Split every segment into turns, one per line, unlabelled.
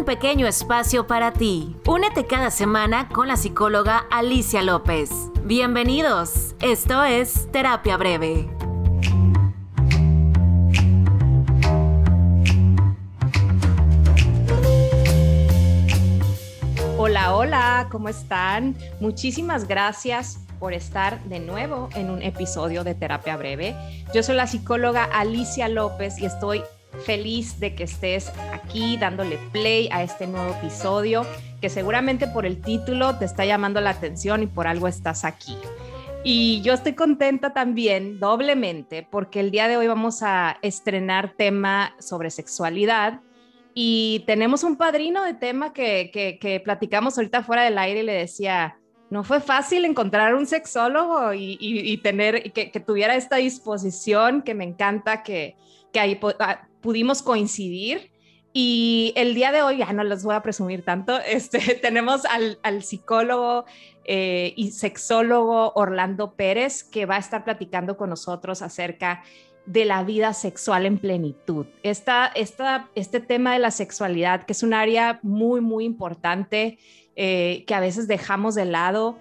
un pequeño espacio para ti. Únete cada semana con la psicóloga Alicia López. Bienvenidos, esto es Terapia Breve.
Hola, hola, ¿cómo están? Muchísimas gracias por estar de nuevo en un episodio de Terapia Breve. Yo soy la psicóloga Alicia López y estoy feliz de que estés aquí dándole play a este nuevo episodio que seguramente por el título te está llamando la atención y por algo estás aquí. Y yo estoy contenta también, doblemente, porque el día de hoy vamos a estrenar tema sobre sexualidad. Y tenemos un padrino de tema que platicamos ahorita fuera del aire y le decía, no fue fácil encontrar un sexólogo y tener que tuviera esta disposición que me encanta que ahí pudimos coincidir. Y el día de hoy, ya no les voy a presumir tanto, tenemos al psicólogo y sexólogo Orlando Pérez, que va a estar platicando con nosotros acerca de la vida sexual en plenitud. Este tema de la sexualidad, que es un área muy, muy importante, que a veces dejamos de lado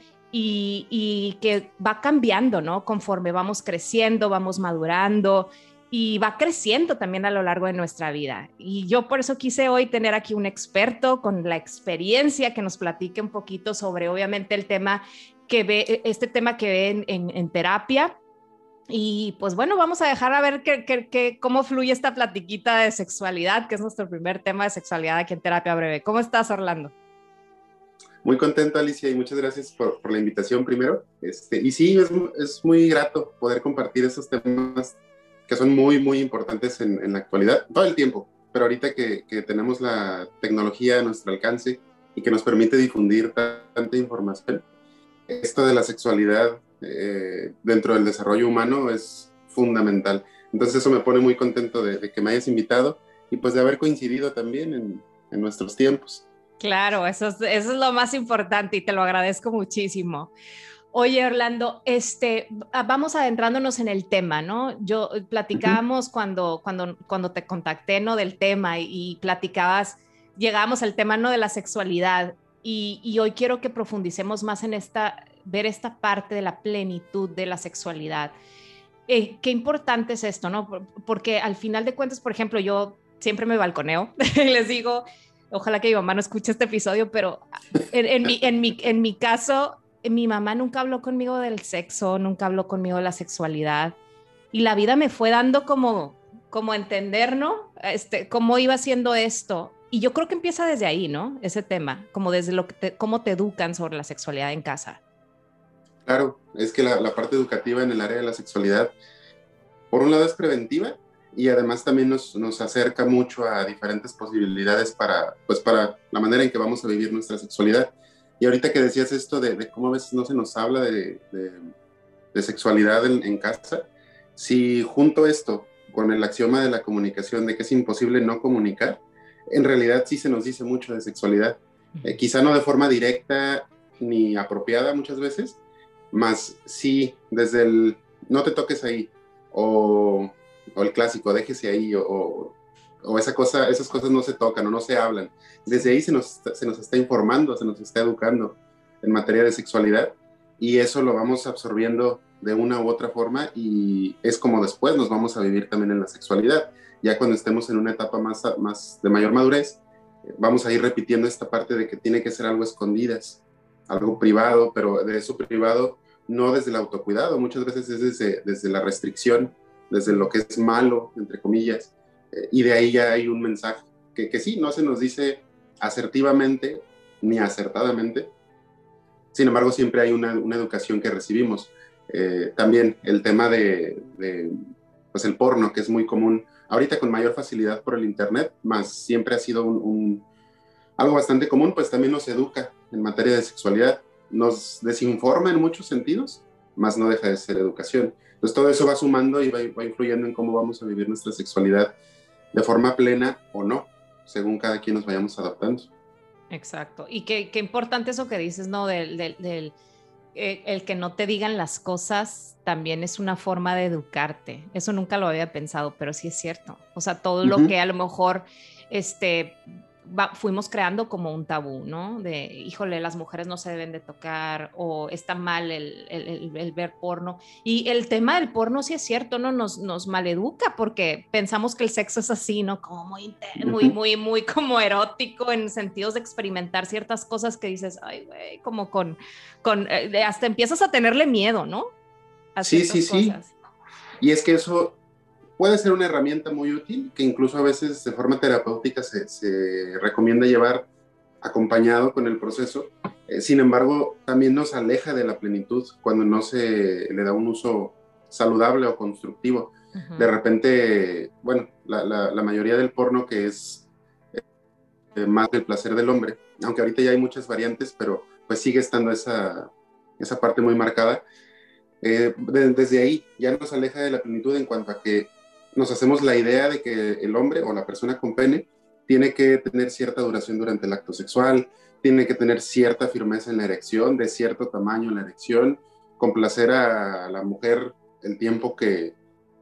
y que va cambiando, ¿no? Conforme vamos creciendo, vamos madurando y va creciendo también a lo largo de nuestra vida. Y yo por eso quise hoy tener aquí un experto con la experiencia que nos platique un poquito sobre, obviamente, el tema este tema que ve en terapia. Y pues bueno, vamos a dejar a ver cómo fluye esta platiquita de sexualidad, que es nuestro primer tema de sexualidad aquí en Terapia Breve. ¿Cómo estás, Orlando?
Muy contento, Alicia, y muchas gracias por la invitación primero. Y sí, es muy grato poder compartir esos temas que son muy, muy importantes en la actualidad, todo el tiempo, pero ahorita que tenemos la tecnología a nuestro alcance y que nos permite difundir tanta información, esto de la sexualidad dentro del desarrollo humano es fundamental. Entonces eso me pone muy contento de que me hayas invitado y pues de haber coincidido también en nuestros tiempos.
Claro, eso es lo más importante y te lo agradezco muchísimo. Oye, Orlando, vamos adentrándonos en el tema, ¿no? Yo platicábamos cuando te contacté, ¿no? Del tema y platicabas, llegamos al tema, ¿no? De la sexualidad y hoy quiero que profundicemos más en ver esta parte de la plenitud de la sexualidad. Qué importante es esto, ¿no? Porque al final de cuentas, por ejemplo, yo siempre me balconeo, les digo, ojalá que mi mamá no escuche este episodio, pero en mi caso, mi mamá nunca habló conmigo del sexo, nunca habló conmigo de la sexualidad y la vida me fue dando como entender, ¿no? Cómo iba haciendo esto. Y yo creo que empieza desde ahí, ¿no? Ese tema, como desde cómo te educan sobre la sexualidad en casa.
Claro, es que la parte educativa en el área de la sexualidad, por un lado es preventiva y además también nos acerca mucho a diferentes posibilidades para la manera en que vamos a vivir nuestra sexualidad. Y ahorita que decías esto de cómo a veces no se nos habla de sexualidad en casa, si junto esto con el axioma de la comunicación, de que es imposible no comunicar, en realidad sí se nos dice mucho de sexualidad. Quizá no de forma directa ni apropiada muchas veces, más sí desde el no te toques ahí, o el clásico, déjese ahí, o esas cosas no se tocan o no se hablan. Desde ahí se nos está informando, se nos está educando en materia de sexualidad y eso lo vamos absorbiendo de una u otra forma y es como después nos vamos a vivir también en la sexualidad. Ya cuando estemos en una etapa más de mayor madurez, vamos a ir repitiendo esta parte de que tiene que ser algo escondidas, algo privado, pero de eso privado no desde el autocuidado, muchas veces es desde la restricción, desde lo que es malo, entre comillas, y de ahí ya hay un mensaje que sí, no se nos dice asertivamente ni acertadamente, sin embargo siempre hay una educación que recibimos. También el tema pues el porno, que es muy común, ahorita con mayor facilidad por el internet, más siempre ha sido algo bastante común, pues también nos educa en materia de sexualidad, nos desinforma en muchos sentidos, más no deja de ser educación. Entonces todo eso va sumando y va influyendo en cómo vamos a vivir nuestra sexualidad de forma plena o no, según cada quien nos vayamos adaptando.
Exacto. Y qué importante eso que dices, ¿no? El que no te digan las cosas también es una forma de educarte. Eso nunca lo había pensado, pero sí es cierto. O sea, todo lo que a lo mejor fuimos creando como un tabú, ¿no? De, híjole, las mujeres no se deben de tocar o está mal el ver porno. Y el tema del porno sí es cierto, ¿no? Nos maleduca porque pensamos que el sexo es así, ¿no? Como muy como erótico en sentidos de experimentar ciertas cosas que dices, ay, güey, como hasta empiezas a tenerle miedo, ¿no? A ciertas cosas.
Sí. Y es que eso puede ser una herramienta muy útil, que incluso a veces de forma terapéutica se recomienda llevar acompañado con el proceso. Sin embargo, también nos aleja de la plenitud cuando no se le da un uso saludable o constructivo. Uh-huh. De repente, bueno, la mayoría del porno que es más del placer del hombre, aunque ahorita ya hay muchas variantes, pero pues sigue estando esa parte muy marcada. Desde ahí ya nos aleja de la plenitud en cuanto a que nos hacemos la idea de que el hombre o la persona con pene tiene que tener cierta duración durante el acto sexual, tiene que tener cierta firmeza en la erección, de cierto tamaño en la erección, complacer a la mujer el tiempo que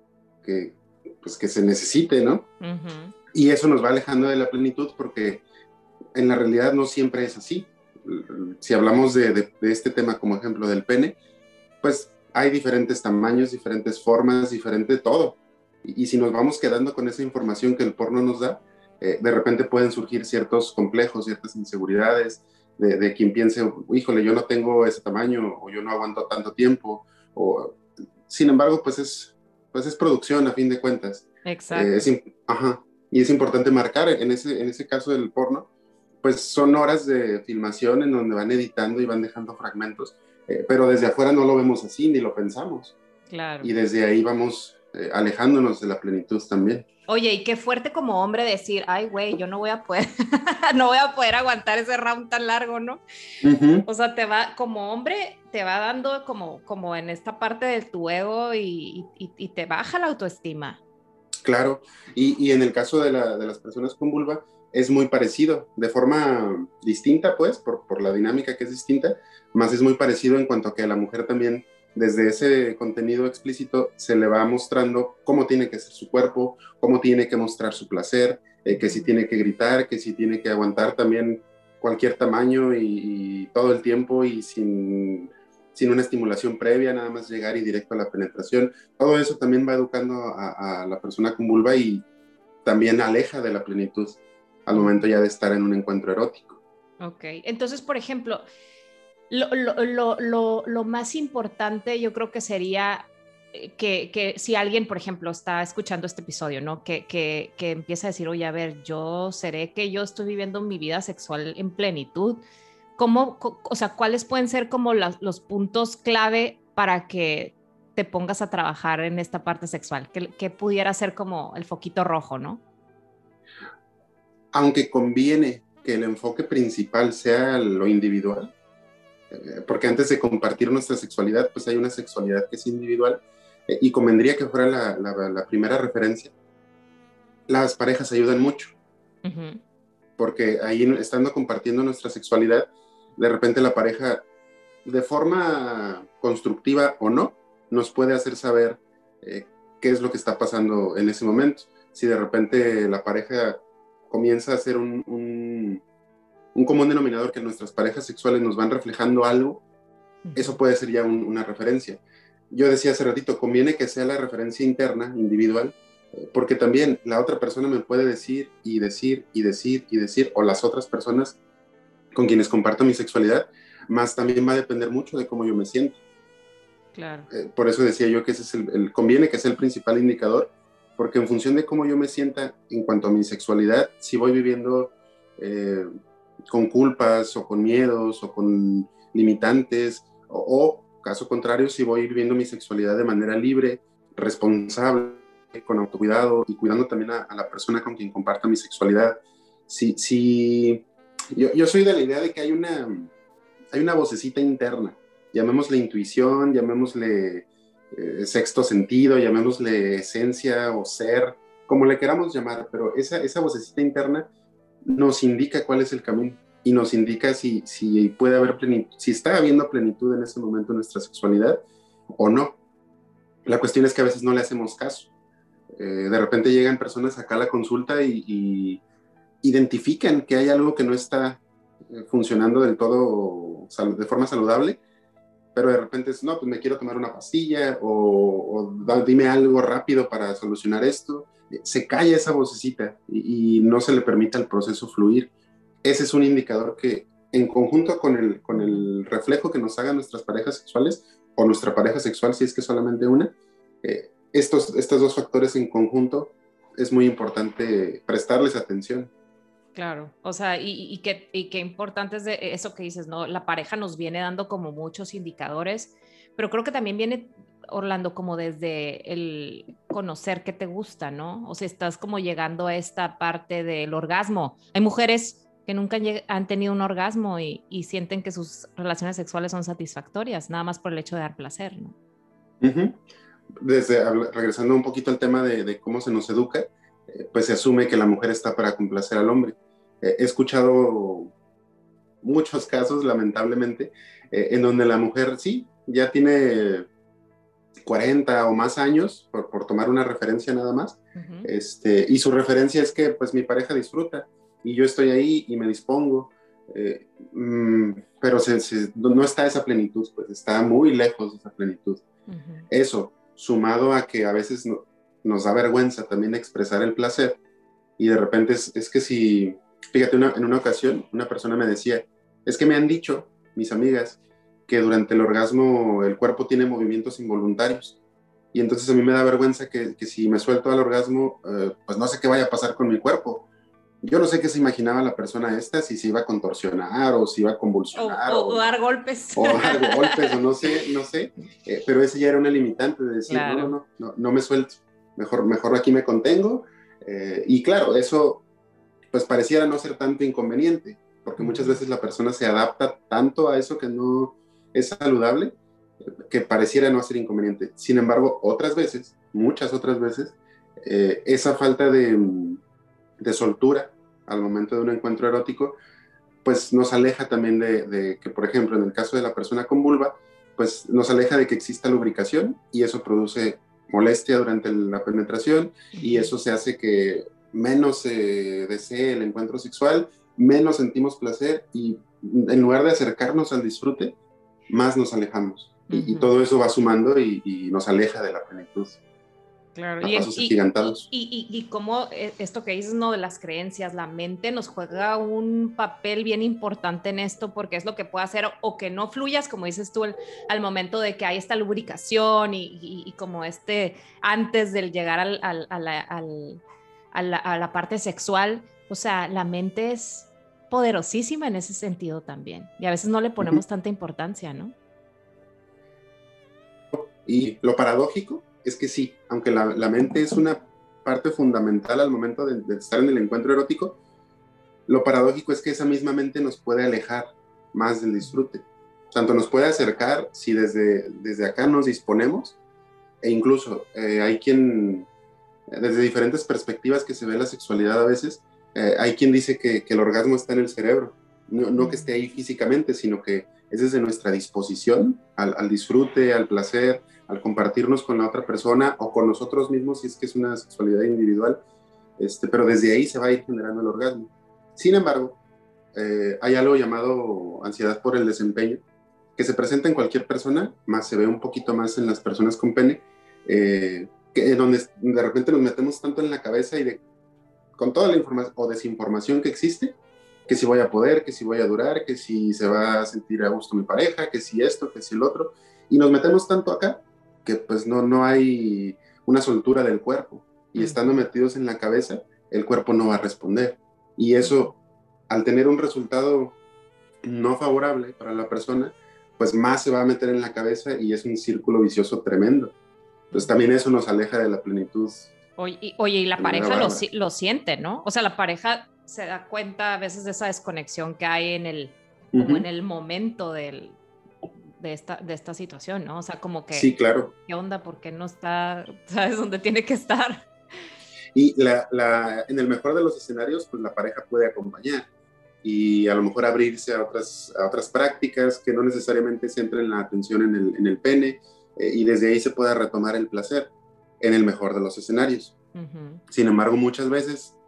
se necesite, ¿no? Uh-huh. Y eso nos va alejando de la plenitud porque en la realidad no siempre es así. Si hablamos de este tema como ejemplo del pene, pues hay diferentes tamaños, diferentes formas, diferente todo. Y si nos vamos quedando con esa información que el porno nos da, de repente pueden surgir ciertos complejos, ciertas inseguridades de quien piense, híjole, yo no tengo ese tamaño, o yo no aguanto tanto tiempo, o sin embargo, pues es producción a fin de cuentas.
Exacto.
Y es importante marcar en ese caso del porno, pues son horas de filmación en donde van editando y van dejando fragmentos, pero desde afuera no lo vemos así, ni lo pensamos.
Claro.
Y desde ahí vamos alejándonos de la plenitud también.
Oye, y qué fuerte como hombre decir, ay, güey, yo no voy a poder, no voy a poder aguantar ese round tan largo, ¿no? Uh-huh. O sea, como hombre, te va dando como en esta parte de tu ego y te baja la autoestima.
Claro, y en el caso de las personas con vulva, es muy parecido, de forma distinta, pues, por la dinámica que es distinta, más es muy parecido en cuanto a que a la mujer también, desde ese contenido explícito, se le va mostrando cómo tiene que ser su cuerpo, cómo tiene que mostrar su placer, que si tiene que gritar, que si tiene que aguantar también cualquier tamaño y todo el tiempo y sin una estimulación previa, nada más llegar y directo a la penetración. Todo eso también va educando a la persona con vulva y también aleja de la plenitud al momento ya de estar en un encuentro erótico.
Ok, entonces, por ejemplo, lo más importante yo creo que sería que si alguien, por ejemplo, está escuchando este episodio, ¿no? Que empieza a decir, oye, a ver, ¿seré que yo estoy viviendo mi vida sexual en plenitud? O sea, ¿cuáles pueden ser como los puntos clave para que te pongas a trabajar en esta parte sexual? Que pudiera ser como el foquito rojo, ¿no?
Aunque conviene que el enfoque principal sea lo individual, porque antes de compartir nuestra sexualidad, pues hay una sexualidad que es individual, y convendría que fuera la primera referencia. Las parejas ayudan mucho, uh-huh. Porque ahí, estando compartiendo nuestra sexualidad, de repente la pareja, de forma constructiva o no, nos puede hacer saber qué es lo que está pasando en ese momento. Si de repente la pareja comienza a ser un común denominador que nuestras parejas sexuales nos van reflejando algo, eso puede ser ya una referencia. Yo decía hace ratito, conviene que sea la referencia interna, individual, porque también la otra persona me puede decir, o las otras personas con quienes comparto mi sexualidad, más también va a depender mucho de cómo yo me siento.
Claro.
Por eso decía yo que ese es conviene que sea el principal indicador, porque en función de cómo yo me sienta en cuanto a mi sexualidad, si voy viviendo con culpas o con miedos o con limitantes, o caso contrario, si voy viviendo mi sexualidad de manera libre, responsable, con autocuidado y cuidando también a la persona con quien comparto mi sexualidad. Yo soy de la idea de que hay una vocecita interna, llamémosle intuición, llamémosle sexto sentido, llamémosle esencia o ser, como le queramos llamar, pero esa vocecita interna nos indica cuál es el camino y nos indica si puede haber plenitud, si está habiendo plenitud en ese momento en nuestra sexualidad o no. La cuestión es que a veces no le hacemos caso. De repente llegan personas acá a la consulta y identifican que hay algo que no está funcionando del todo de forma saludable, pero de repente es, no, pues me quiero tomar una pastilla dime algo rápido para solucionar esto. Se calla esa vocecita y no se le permite al proceso fluir. Ese es un indicador que, en conjunto con el reflejo que nos hagan nuestras parejas sexuales, o nuestra pareja sexual, si es que solamente una, estos dos factores en conjunto es muy importante prestarles atención.
Claro, o sea, y qué importante es de eso que dices, ¿no? La pareja nos viene dando como muchos indicadores, pero creo que también viene, Orlando, como desde el conocer qué te gusta, ¿no? O sea, estás como llegando a esta parte del orgasmo. Hay mujeres que nunca han tenido un orgasmo y sienten que sus relaciones sexuales son satisfactorias, nada más por el hecho de dar placer, ¿no?
Uh-huh. Regresando un poquito al tema de cómo se nos educa, pues se asume que la mujer está para complacer al hombre. He escuchado muchos casos, lamentablemente, en donde la mujer sí, ya tiene 40 o más años, por tomar una referencia nada más, uh-huh. Y su referencia es que pues mi pareja disfruta y yo estoy ahí y me dispongo, pero no está esa plenitud, pues está muy lejos de esa plenitud. Uh-huh. Eso, sumado a que a veces nos da vergüenza también expresar el placer, y de repente es que si, fíjate, en una ocasión una persona me decía, es que me han dicho mis amigas que durante el orgasmo el cuerpo tiene movimientos involuntarios, y entonces a mí me da vergüenza que si me suelto al orgasmo, pues no sé qué vaya a pasar con mi cuerpo. Yo no sé qué se imaginaba la persona esta, si se iba a contorsionar o si iba a convulsionar.
O dar golpes.
O dar golpes, o no sé. Pero ese ya era una limitante de decir, claro. no me suelto. Mejor aquí me contengo. Y claro, eso pues pareciera no ser tanto inconveniente, porque muchas veces la persona se adapta tanto a eso que no es saludable, que pareciera no ser inconveniente. Sin embargo, muchas otras veces, esa falta de soltura al momento de un encuentro erótico, pues nos aleja también de que, por ejemplo, en el caso de la persona con vulva, pues nos aleja de que exista lubricación, y eso produce molestia durante la penetración, y eso se hace que menos se desee el encuentro sexual, menos sentimos placer, y en lugar de acercarnos al disfrute, más nos alejamos. Uh-huh. Y todo eso va sumando y nos aleja de la plenitud.
Claro, y como esto que dices, ¿no? De las creencias, la mente nos juega un papel bien importante en esto, porque es lo que puede hacer o que no fluyas, como dices tú, al momento de que hay esta lubricación y como antes del llegar a la parte sexual. O sea, la mente es poderosísima en ese sentido también, y a veces no le ponemos tanta importancia, ¿no?
Y lo paradójico es que sí, aunque la mente es una parte fundamental al momento de estar en el encuentro erótico, lo paradójico es que esa misma mente nos puede alejar más del disfrute. Tanto nos puede acercar si desde acá nos disponemos, e incluso hay quien, desde diferentes perspectivas que se ve la sexualidad a veces, hay quien dice que el orgasmo está en el cerebro, no que esté ahí físicamente, sino que es desde nuestra disposición al disfrute, al placer, al compartirnos con la otra persona o con nosotros mismos, si es que es una sexualidad individual, pero desde ahí se va a ir generando el orgasmo. Sin embargo, hay algo llamado ansiedad por el desempeño, que se presenta en cualquier persona, más se ve un poquito más en las personas con pene, donde de repente nos metemos tanto en la cabeza con toda la información o desinformación que existe, que si voy a poder, que si voy a durar, que si se va a sentir a gusto mi pareja, que si esto, que si el otro, y nos metemos tanto acá que pues no hay una soltura del cuerpo, y estando metidos en la cabeza, el cuerpo no va a responder, y eso, al tener un resultado no favorable para la persona, pues más se va a meter en la cabeza, y es un círculo vicioso tremendo. Entonces también eso nos aleja de la plenitud.
Oye, y la pareja lo siente, ¿no? O sea, la pareja se da cuenta a veces de esa desconexión que hay como en el momento de esta situación, ¿no? O sea, como que...
Sí, claro.
¿Qué onda? ¿Por qué no está, sabes, dónde tiene que estar?
Y en el mejor de los escenarios, pues la pareja puede acompañar y a lo mejor abrirse a otras prácticas que no necesariamente centren la atención en el pene, y desde ahí se pueda retomar el placer, en el mejor de los escenarios. Uh-huh. Sin embargo, muchas veces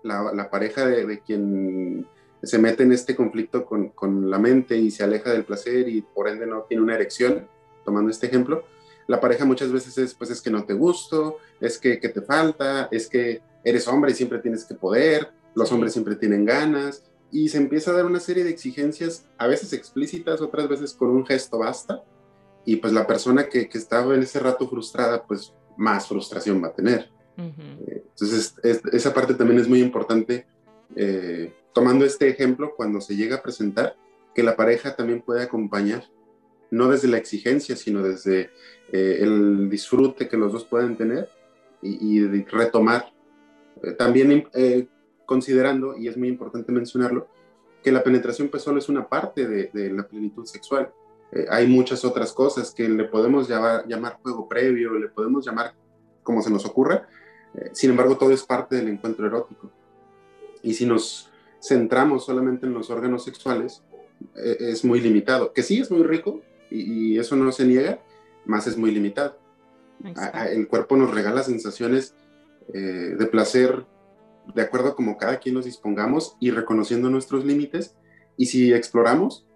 la pareja de quien se mete en este conflicto con la mente y se aleja del placer y por ende no tiene una erección, tomando este ejemplo, la pareja muchas veces es que no te gusto, es que te falta, es que eres hombre y siempre tienes que poder, los hombres siempre tienen ganas, y se empieza a dar una serie de exigencias, a veces explícitas, otras veces con un gesto basta, y pues la persona que estaba en ese rato frustrada, pues más frustración va a tener. Uh-huh. Entonces, esa parte también es muy importante, tomando este ejemplo, cuando se llega a presentar, que la pareja también puede acompañar, no desde la exigencia, sino desde el disfrute que los dos pueden tener y retomar. También considerando, y es muy importante mencionarlo, que la penetración pues solo es una parte de la plenitud sexual. Hay muchas otras cosas que le podemos llamar juego previo, le podemos llamar como se nos ocurra, sin embargo todo es parte del encuentro erótico. Y si nos centramos solamente en los órganos sexuales, es muy limitado, que sí es muy rico, y eso no se niega, más es muy limitado. El cuerpo nos regala sensaciones de placer de acuerdo a como cada quien nos dispongamos y reconociendo nuestros límites, y si exploramos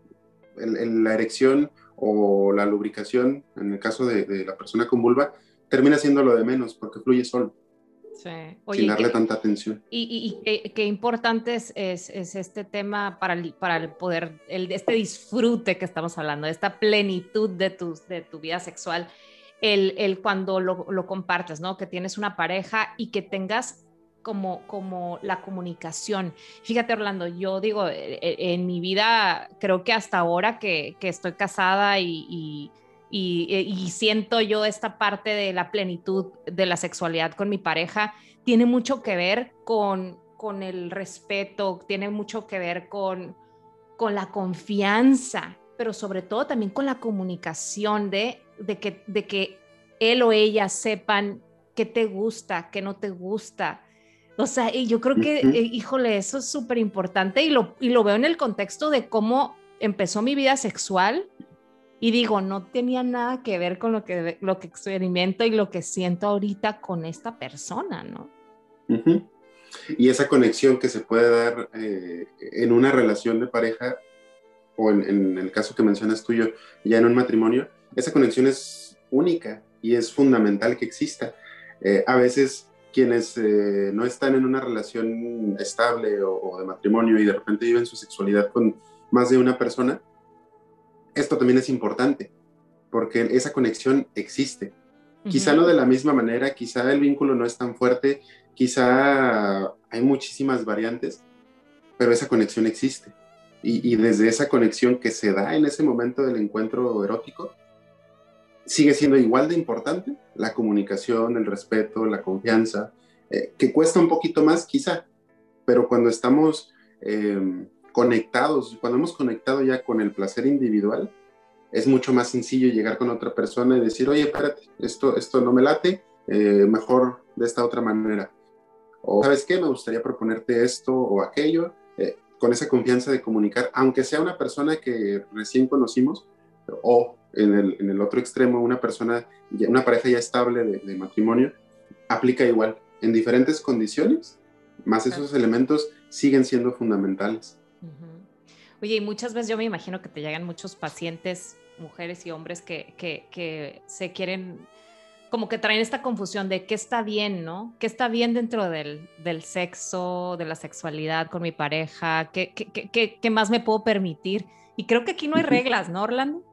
la erección o la lubricación, en el caso de la persona con vulva, termina siendo lo de menos porque fluye solo.
Sí. Oye,
sin darle tanta atención.
Y qué importante es este tema para el poder, este disfrute que estamos hablando, esta plenitud de tu vida sexual, el cuando lo compartes, ¿no? Que tienes una pareja y que tengas como la comunicación. Fíjate, Orlando, yo digo, en mi vida, creo que hasta ahora que estoy casada y siento yo esta parte de la plenitud de la sexualidad con mi pareja, tiene mucho que ver con el respeto, tiene mucho que ver con la confianza, pero sobre todo también con la comunicación de que él o ella sepan qué te gusta, qué no te gusta. O sea, y yo creo que, híjole, eso es súper importante y lo veo en el contexto de cómo empezó mi vida sexual. Y digo, no tenía nada que ver con lo que experimento y lo que siento ahorita con esta persona, ¿no?
Uh-huh. Y esa conexión que se puede dar en una relación de pareja, o en el caso que mencionas tuyo, ya en un matrimonio, esa conexión es única y es fundamental que exista. A veces quienes no están en una relación estable o de matrimonio y de repente viven su sexualidad con más de una persona, esto también es importante, porque esa conexión existe. Uh-huh. Quizá no de la misma manera, quizá el vínculo no es tan fuerte, quizá hay muchísimas variantes, pero esa conexión existe. Y desde esa conexión que se da en ese momento del encuentro erótico, sigue siendo igual de importante la comunicación, el respeto, la confianza, que cuesta un poquito más quizá, pero cuando estamos conectados, cuando hemos conectado ya con el placer individual, es mucho más sencillo llegar con otra persona y decir, oye, espérate, esto no me late, mejor de esta otra manera. O, ¿sabes qué? Me gustaría proponerte esto o aquello, con esa confianza de comunicar, aunque sea una persona que recién conocimos, o en el otro extremo, una pareja ya estable de matrimonio, aplica igual, en diferentes condiciones, más esos elementos siguen siendo fundamentales.
Uh-huh. Oye, y muchas veces yo me imagino que te llegan muchos pacientes, mujeres y hombres que se quieren, como que traen esta confusión de qué está bien, ¿no? ¿Qué está bien dentro del sexo, de la sexualidad con mi pareja? ¿Qué más me puedo permitir? Y creo que aquí no hay reglas, ¿no, Orlando?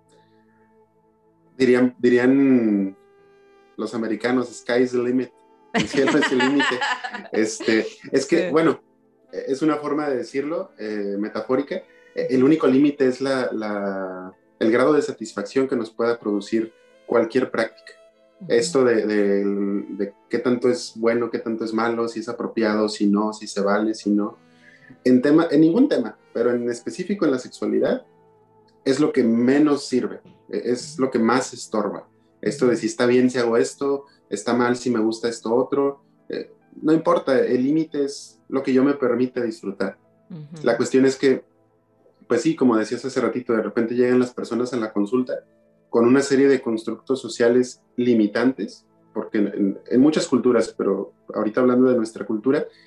Dirían los americanos, sky's the limit. El cielo es el límite. Es que, bueno, es una forma de decirlo, metafórica. El único límite es el grado de satisfacción que nos pueda producir cualquier práctica. Uh-huh. Esto de qué tanto es bueno, qué tanto es malo, si es apropiado, si no, si se vale, si no. En ningún tema, pero en específico en la sexualidad, es lo que menos sirve, es lo que más estorba. Esto de si está bien si hago esto, está mal si me gusta esto otro, no importa, el límite es lo que yo me permite disfrutar. Uh-huh. La cuestión es que, pues sí, como decías hace ratito, de repente llegan las personas a la consulta con una serie de constructos sociales limitantes, porque en muchas culturas, pero ahorita hablando de nuestra cultura,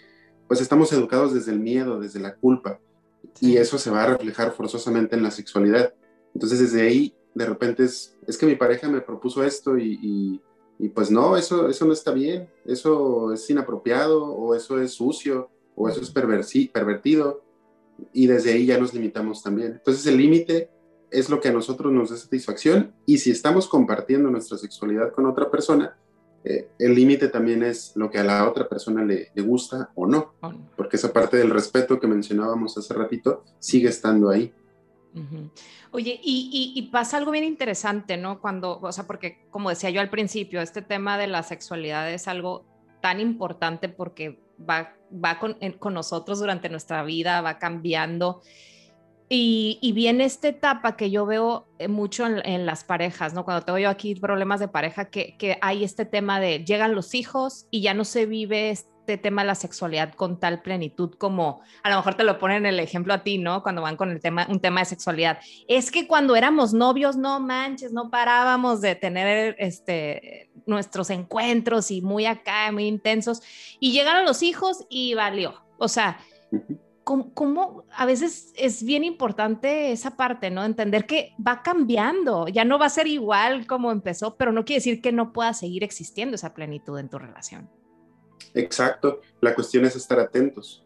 pues estamos educados desde el miedo, desde la culpa, y eso se va a reflejar forzosamente en la sexualidad. Entonces desde ahí, de repente es que mi pareja me propuso esto y pues no, eso no está bien, eso es inapropiado, o eso es sucio, o eso es pervertido, y desde ahí ya nos limitamos también. Entonces el límite es lo que a nosotros nos da satisfacción, y si estamos compartiendo nuestra sexualidad con otra persona, el límite también es lo que a la otra persona le gusta o no, porque esa parte del respeto que mencionábamos hace ratito sigue estando ahí.
Uh-huh. Oye, y pasa algo bien interesante, ¿no? O sea, porque como decía yo al principio, este tema de la sexualidad es algo tan importante porque va con nosotros durante nuestra vida, va cambiando. Y viene esta etapa que yo veo mucho en las parejas, ¿no? Cuando tengo yo aquí problemas de pareja, que hay este tema de llegan los hijos y ya no se vive este tema de la sexualidad con tal plenitud como a lo mejor te lo ponen el ejemplo a ti, ¿no? Cuando van con un tema de sexualidad. Es que cuando éramos novios, no manches, no parábamos de tener nuestros encuentros y muy acá, muy intensos. Y llegaron los hijos y valió. O sea, ¿cómo a veces es bien importante esa parte, ¿no? Entender que va cambiando, ya no va a ser igual como empezó, pero no quiere decir que no pueda seguir existiendo esa plenitud en tu relación.
Exacto, la cuestión es estar atentos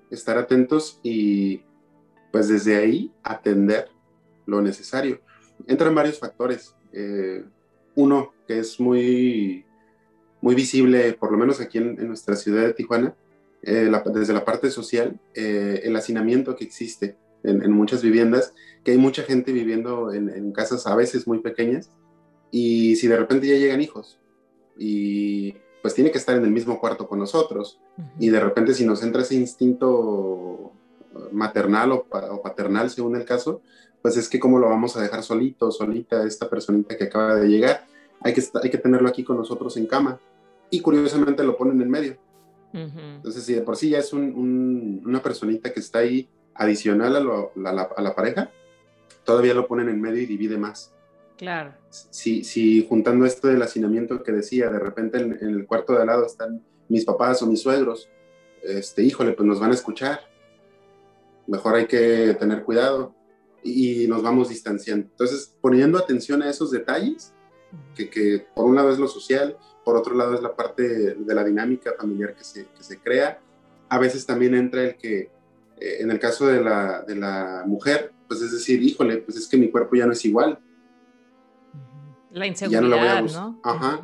y pues desde ahí atender lo necesario. Entran varios factores. Uno que es muy, muy visible, por lo menos aquí en nuestra ciudad de Tijuana, desde la parte social, el hacinamiento que existe en muchas viviendas, que hay mucha gente viviendo en casas a veces muy pequeñas, y si de repente ya llegan hijos, y pues tiene que estar en el mismo cuarto con nosotros, y de repente si nos entra ese instinto maternal o paternal, según el caso, pues es que cómo lo vamos a dejar solita, esta personita que acaba de llegar, hay que tenerlo aquí con nosotros en cama, y curiosamente lo ponen en medio. Entonces, si de por sí ya es una personita que está ahí adicional a la pareja, todavía lo ponen en medio y divide más.
Claro.
Si juntando esto del hacinamiento que decía, de repente en el cuarto de al lado están mis papás o mis suegros, híjole, pues nos van a escuchar. Mejor hay que tener cuidado y nos vamos distanciando. Entonces, poniendo atención a esos detalles, que por un lado es lo social, por otro lado es la parte de la dinámica familiar que se crea. A veces también entra el que, en el caso de la mujer, pues es decir, híjole, pues es que mi cuerpo ya no es igual.
La inseguridad,
ya no la voy a buscar.
¿no?
Ajá.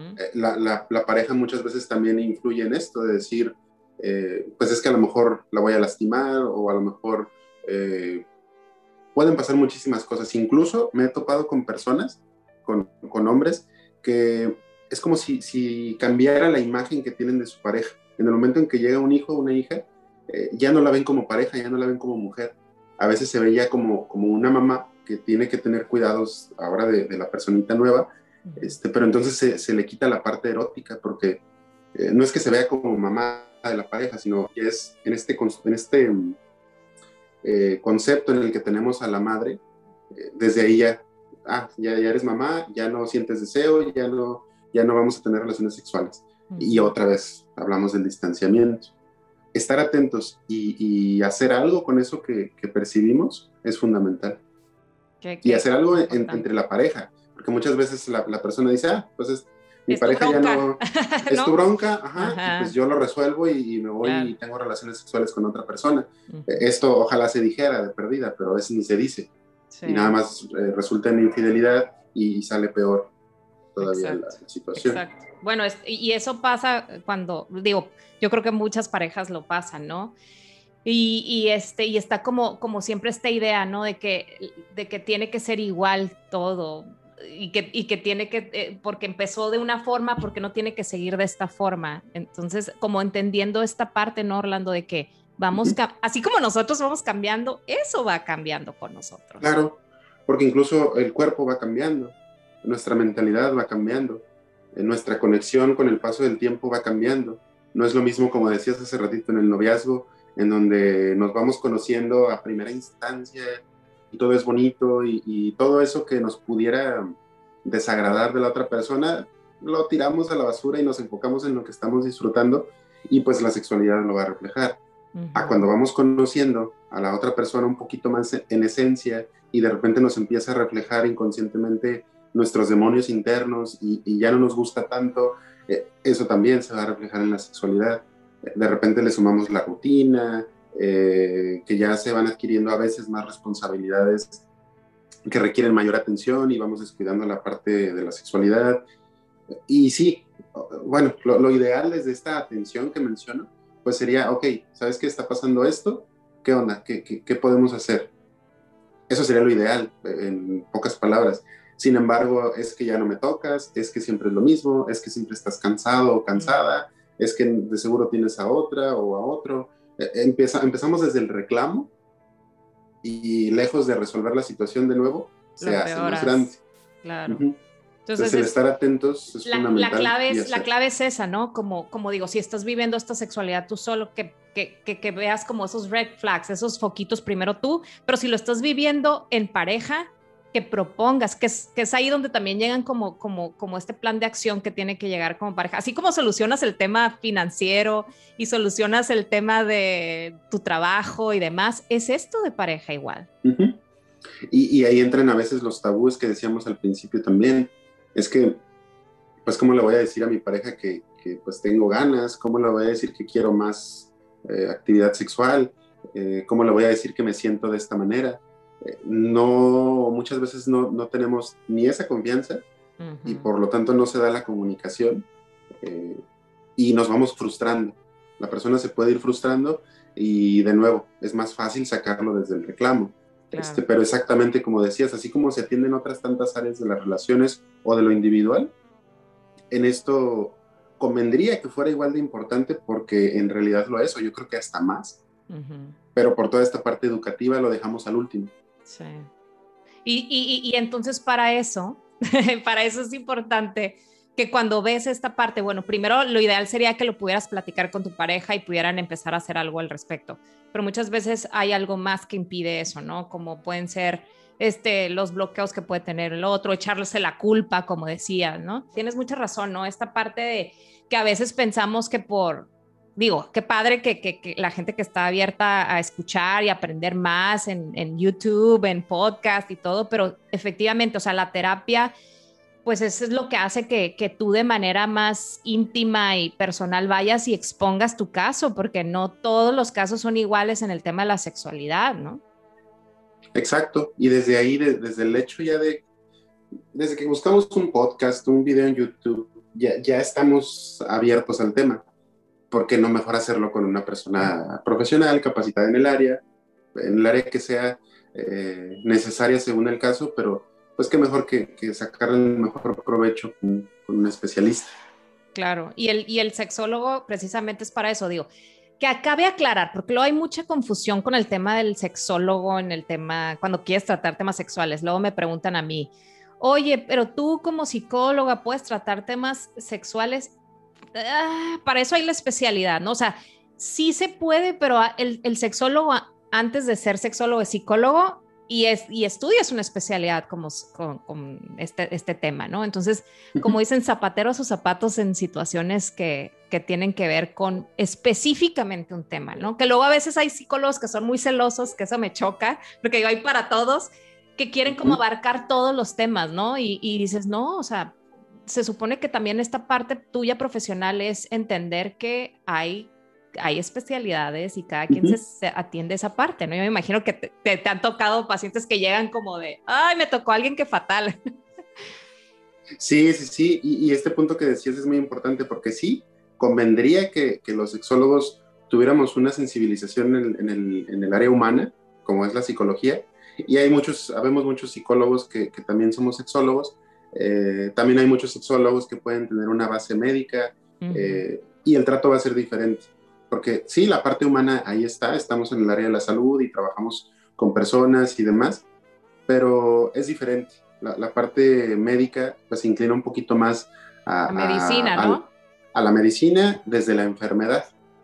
La pareja muchas veces también influye en esto, de decir, pues es que a lo mejor la voy a lastimar, o a lo mejor pueden pasar muchísimas cosas. Incluso me he topado con personas, con hombres, que es como si cambiara la imagen que tienen de su pareja. En el momento en que llega un hijo o una hija, ya no la ven como pareja, ya no la ven como mujer. A veces se ve ya como una mamá que tiene que tener cuidados ahora de la personita nueva, pero entonces se le quita la parte erótica, porque no es que se vea como mamá de la pareja, sino que es en este concepto en el que tenemos a la madre, desde ahí ya eres mamá, ya no sientes deseo, ya no vamos a tener relaciones sexuales. Y otra vez hablamos del distanciamiento. Estar atentos y hacer algo con eso que percibimos es fundamental. Y hacer algo entre la pareja, porque muchas veces la persona dice, pues mi pareja ya no, es tu bronca, y pues yo lo resuelvo y me voy, claro, y tengo relaciones sexuales con otra persona. Esto ojalá se dijera de perdida, pero a veces ni se dice. Sí. Y nada más resulta en infidelidad y sale peor todavía la situación.
Exacto. Bueno, y eso pasa cuando, yo creo que muchas parejas lo pasan, ¿no? Y está como siempre esta idea, ¿no? De que tiene que ser igual todo, y que tiene que, porque empezó de una forma, porque no tiene que seguir de esta forma. Entonces, como entendiendo esta parte, ¿no, Orlando? De que vamos, así como nosotros vamos cambiando, eso va cambiando con nosotros.
Claro, porque incluso el cuerpo va cambiando, nuestra mentalidad va cambiando, nuestra conexión con el paso del tiempo va cambiando. No es lo mismo, como decías hace ratito, en el noviazgo, en donde nos vamos conociendo a primera instancia y todo es bonito, y todo eso que nos pudiera desagradar de la otra persona lo tiramos a la basura y nos enfocamos en lo que estamos disfrutando, y pues la sexualidad lo va a reflejar. A cuando vamos conociendo a la otra persona un poquito más en esencia y de repente nos empieza a reflejar inconscientemente nuestros demonios internos y ya no nos gusta tanto, eso también se va a reflejar en la sexualidad. De repente le sumamos la rutina, que ya se van adquiriendo a veces más responsabilidades que requieren mayor atención y vamos descuidando la parte de la sexualidad. Y sí, bueno, lo ideal desde esta atención que menciono, pues sería, ok, ¿sabes qué está pasando esto? ¿Qué onda? ¿Qué podemos hacer? Eso sería lo ideal, en pocas palabras. Sin embargo, es que ya no me tocas, es que siempre es lo mismo, es que siempre estás cansado o cansada, es que de seguro tienes a otra o a otro. Empezamos desde el reclamo y lejos de resolver la situación de nuevo, se hace más grande.
Claro.
Entonces el estar atentos es fundamental.
La clave es esa, ¿no? Como digo, si estás viviendo esta sexualidad tú solo, que veas como esos red flags, esos foquitos primero tú, pero si lo estás viviendo en pareja, que propongas, que es ahí donde también llegan como este plan de acción que tiene que llegar como pareja. Así como solucionas el tema financiero y solucionas el tema de tu trabajo y demás, es esto de pareja igual.
Y ahí entran a veces los tabúes que decíamos al principio también. Es que, pues, ¿cómo le voy a decir a mi pareja que pues tengo ganas? ¿Cómo le voy a decir que quiero más actividad sexual? ¿Cómo le voy a decir que me siento de esta manera? Muchas veces no tenemos ni esa confianza y por lo tanto no se da la comunicación y nos vamos frustrando. La persona se puede ir frustrando y de nuevo, es más fácil sacarlo desde el reclamo. Claro. Pero exactamente como decías, así como se atienden otras tantas áreas de las relaciones o de lo individual, en esto convendría que fuera igual de importante porque en realidad lo es, o yo creo que hasta más, pero por toda esta parte educativa lo dejamos al último.
Sí. Y entonces para eso es importante que cuando ves esta parte, bueno, primero lo ideal sería que lo pudieras platicar con tu pareja y pudieran empezar a hacer algo al respecto, pero muchas veces hay algo más que impide eso, ¿no? Como pueden ser los bloqueos que puede tener el otro, echarse la culpa, como decía, ¿no? Tienes mucha razón, ¿no? Esta parte de que a veces pensamos que qué padre que la gente que está abierta a escuchar y aprender más en YouTube, en podcast y todo, pero efectivamente, o sea, la terapia, pues eso es lo que hace que tú de manera más íntima y personal vayas y expongas tu caso, porque no todos los casos son iguales en el tema de la sexualidad, ¿no?
Exacto, y desde ahí, desde el hecho ya desde que buscamos un podcast, un video en YouTube, ya estamos abiertos al tema. ¿Por qué no mejor hacerlo con una persona profesional, capacitada en el área que sea necesaria según el caso, pero pues qué mejor que sacar el mejor provecho con un especialista.
Claro, y el sexólogo precisamente es para eso, digo, que acabe aclarar, porque luego hay mucha confusión con el tema del sexólogo en el tema, cuando quieres tratar temas sexuales, luego me preguntan a mí, oye, pero tú como psicóloga puedes tratar temas sexuales, para eso hay la especialidad, ¿no? O sea, sí se puede, pero el sexólogo, antes de ser sexólogo, es psicólogo y estudias una especialidad con este tema, ¿no? Entonces, como dicen, zapatero a sus zapatos en situaciones que tienen que ver con específicamente un tema, ¿no? Que luego a veces hay psicólogos que son muy celosos, que eso me choca, porque hay para todos, que quieren como abarcar todos los temas, ¿no? Y dices, no, o sea, se supone que también esta parte tuya profesional es entender que hay especialidades y cada quien se atiende esa parte, ¿no? Yo me imagino que te han tocado pacientes que llegan como de, ay, me tocó alguien que fatal.
Sí, y este punto que decías es muy importante porque sí, convendría que los sexólogos tuviéramos una sensibilización en el área humana, como es la psicología, y habemos muchos psicólogos que también somos sexólogos, también hay muchos sexólogos que pueden tener una base médica, y el trato va a ser diferente. Porque sí, la parte humana ahí estamos en el área de la salud y trabajamos con personas y demás, pero es diferente. La parte médica pues se inclina un poquito más a
medicina, ¿no?
A la medicina desde la enfermedad.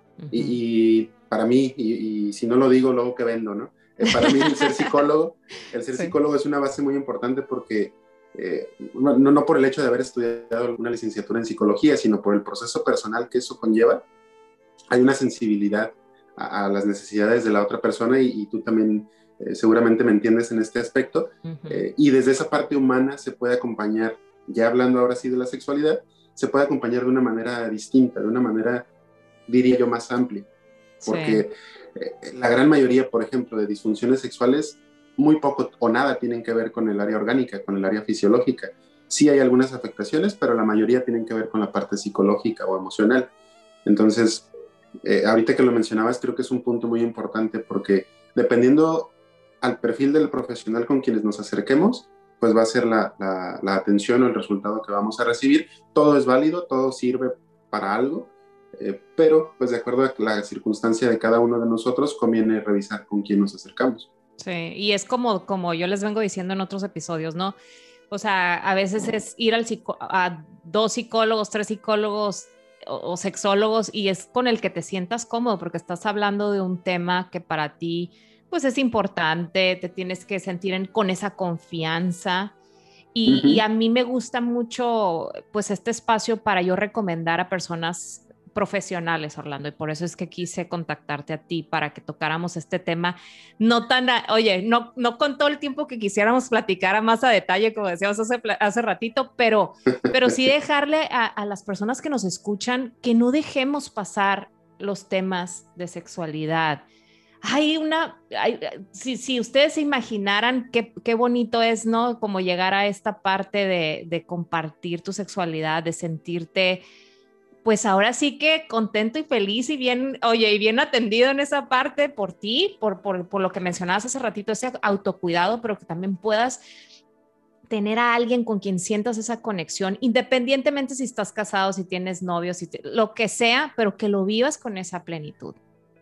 Y para mí, y si no lo digo, luego que vendo, ¿no? Para mí el ser psicólogo es una base muy importante porque no por el hecho de haber estudiado alguna licenciatura en psicología, sino por el proceso personal que eso conlleva. hay una sensibilidad a las necesidades de la otra persona y tú también seguramente me entiendes en este aspecto. Y desde esa parte humana se puede acompañar, ya hablando ahora sí de la sexualidad, se puede acompañar de una manera distinta, de una manera, diría yo, más amplia. Porque la gran mayoría, por ejemplo, de disfunciones sexuales, muy poco o nada tienen que ver con el área orgánica, con el área fisiológica. Sí hay algunas afectaciones, pero la mayoría tienen que ver con la parte psicológica o emocional. Entonces, ahorita que lo mencionabas, creo que es un punto muy importante porque dependiendo al perfil del profesional con quienes nos acerquemos, pues va a ser la atención o el resultado que vamos a recibir. Todo es válido, todo sirve para algo, pero pues de acuerdo a la circunstancia de cada uno de nosotros, conviene revisar con quién nos acercamos.
Sí, y es como yo les vengo diciendo en otros episodios, ¿no? O sea, a veces es ir a 2 psicólogos, 3 psicólogos o sexólogos y es con el que te sientas cómodo porque estás hablando de un tema que para ti pues es importante, te tienes que sentir con esa confianza. Y a mí me gusta mucho pues este espacio para yo recomendar a personas profesionales, Orlando, y por eso es que quise contactarte a ti para que tocáramos este tema, no con todo el tiempo que quisiéramos platicar a más a detalle, como decíamos hace ratito, pero sí dejarle a las personas que nos escuchan que no dejemos pasar los temas de sexualidad. Si ustedes se imaginaran qué bonito es, ¿no? Como llegar a esta parte de compartir tu sexualidad, de sentirte pues ahora sí que contento y feliz y bien atendido en esa parte por ti, por lo que mencionabas hace ratito, ese autocuidado, pero que también puedas tener a alguien con quien sientas esa conexión, independientemente si estás casado, si tienes novios, lo que sea, pero que lo vivas con esa plenitud.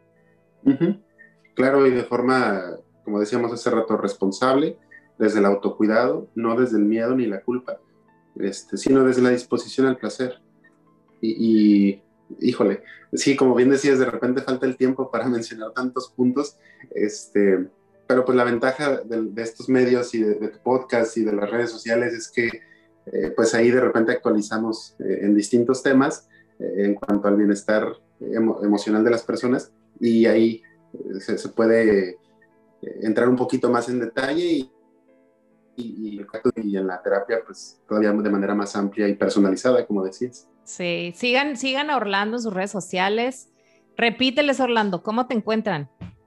Claro, y de forma, como decíamos hace rato, responsable, desde el autocuidado, no desde el miedo ni la culpa, sino desde la disposición al placer. Y híjole, sí, como bien decías, de repente falta el tiempo para mencionar tantos puntos, pero pues la ventaja de estos medios y de tu podcast y de las redes sociales es que pues ahí de repente actualizamos en distintos temas en cuanto al bienestar emocional de las personas y ahí se puede entrar un poquito más en detalle y en la terapia pues todavía de manera más amplia y personalizada, como decías.
Sí, sigan a Orlando en sus redes sociales. Repíteles, Orlando, ¿cómo te encuentran?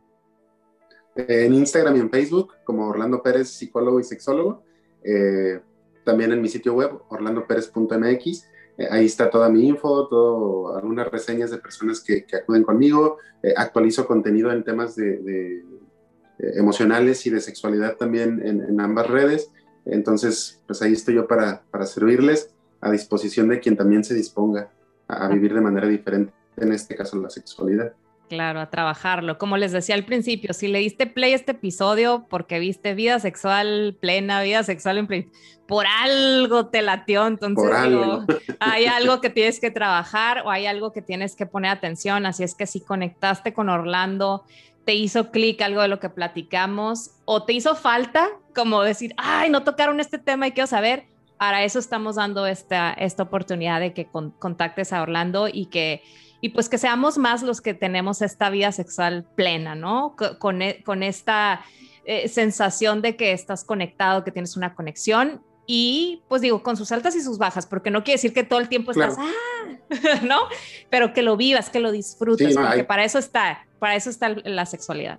En Instagram y en Facebook, como Orlando Pérez, psicólogo y sexólogo. También en mi sitio web, orlandoperez.mx. Ahí está toda mi info, algunas reseñas de personas que acuden conmigo. Actualizo contenido en temas de emocionales y de sexualidad también en ambas redes. Entonces, pues ahí estoy yo para servirles, a disposición de quien también se disponga a vivir de manera diferente, en este caso la sexualidad.
Claro, a trabajarlo. Como les decía al principio, si le diste play a este episodio porque viste vida sexual plena, vida sexual en plenitud, por algo te latió, entonces hay algo que tienes que trabajar o hay algo que tienes que poner atención, así es que si conectaste con Orlando, te hizo clic algo de lo que platicamos o te hizo falta como decir, ay, no tocaron este tema y quiero saber, para eso estamos dando esta oportunidad de que contactes a Orlando y pues que seamos más los que tenemos esta vida sexual plena, ¿no? Con esta sensación de que estás conectado, que tienes una conexión y pues digo, con sus altas y sus bajas, porque no quiere decir que todo el tiempo estás, ¿no? Pero que lo vivas, que lo disfrutes, sí, porque para eso está la sexualidad.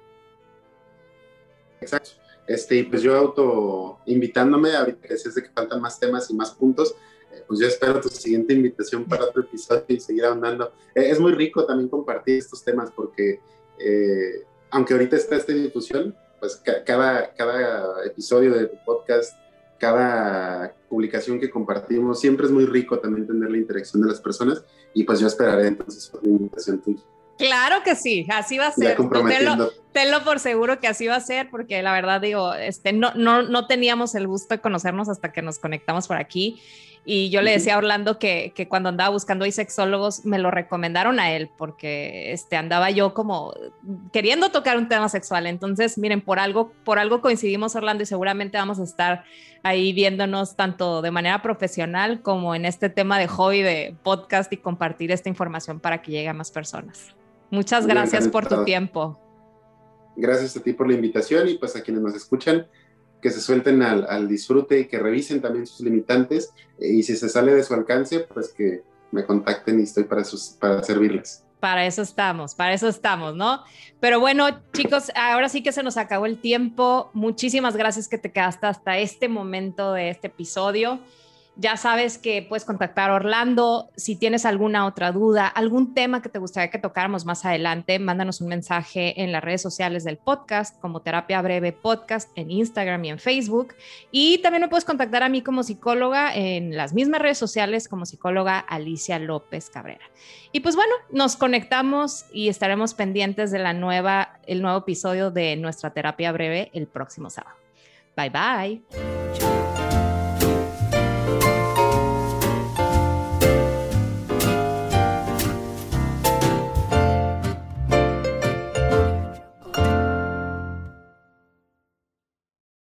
Exacto. Y pues yo invitándome, ahorita que decías de que faltan más temas y más puntos, pues yo espero tu siguiente invitación para otro episodio y seguir ahondando. Es muy rico también compartir estos temas porque aunque ahorita está esta difusión, pues cada episodio de tu podcast, cada publicación que compartimos, siempre es muy rico también tener la interacción de las personas y pues yo esperaré entonces una invitación tuya.
Claro que sí, así va a ser. Tenlo por seguro que así va a ser, porque la verdad digo, no teníamos el gusto de conocernos hasta que nos conectamos por aquí. Y yo le decía a Orlando que cuando andaba buscando ahí sexólogos, me lo recomendaron a él, porque andaba yo como queriendo tocar un tema sexual. Entonces, miren, por algo coincidimos, Orlando, y seguramente vamos a estar ahí viéndonos tanto de manera profesional como en este tema de hobby de podcast y compartir esta información para que llegue a más personas. Muchas gracias por tu tiempo.
Gracias a ti por la invitación y pues a quienes nos escuchan, que se suelten al disfrute y que revisen también sus limitantes, y si se sale de su alcance, pues que me contacten y estoy para servirles.
Para eso estamos, ¿no? Pero bueno, chicos, ahora sí que se nos acabó el tiempo. Muchísimas gracias que te quedaste hasta este momento de este episodio. Ya sabes que puedes contactar a Orlando. Si tienes alguna otra duda, algún tema que te gustaría que tocáramos más adelante, mándanos un mensaje en las redes sociales del podcast, como Terapia Breve Podcast, en Instagram y en Facebook. Y también me puedes contactar a mí como psicóloga en las mismas redes sociales, como psicóloga Alicia López Cabrera. Y pues bueno, nos conectamos y estaremos pendientes de el nuevo episodio de nuestra Terapia Breve el próximo sábado. Bye, bye.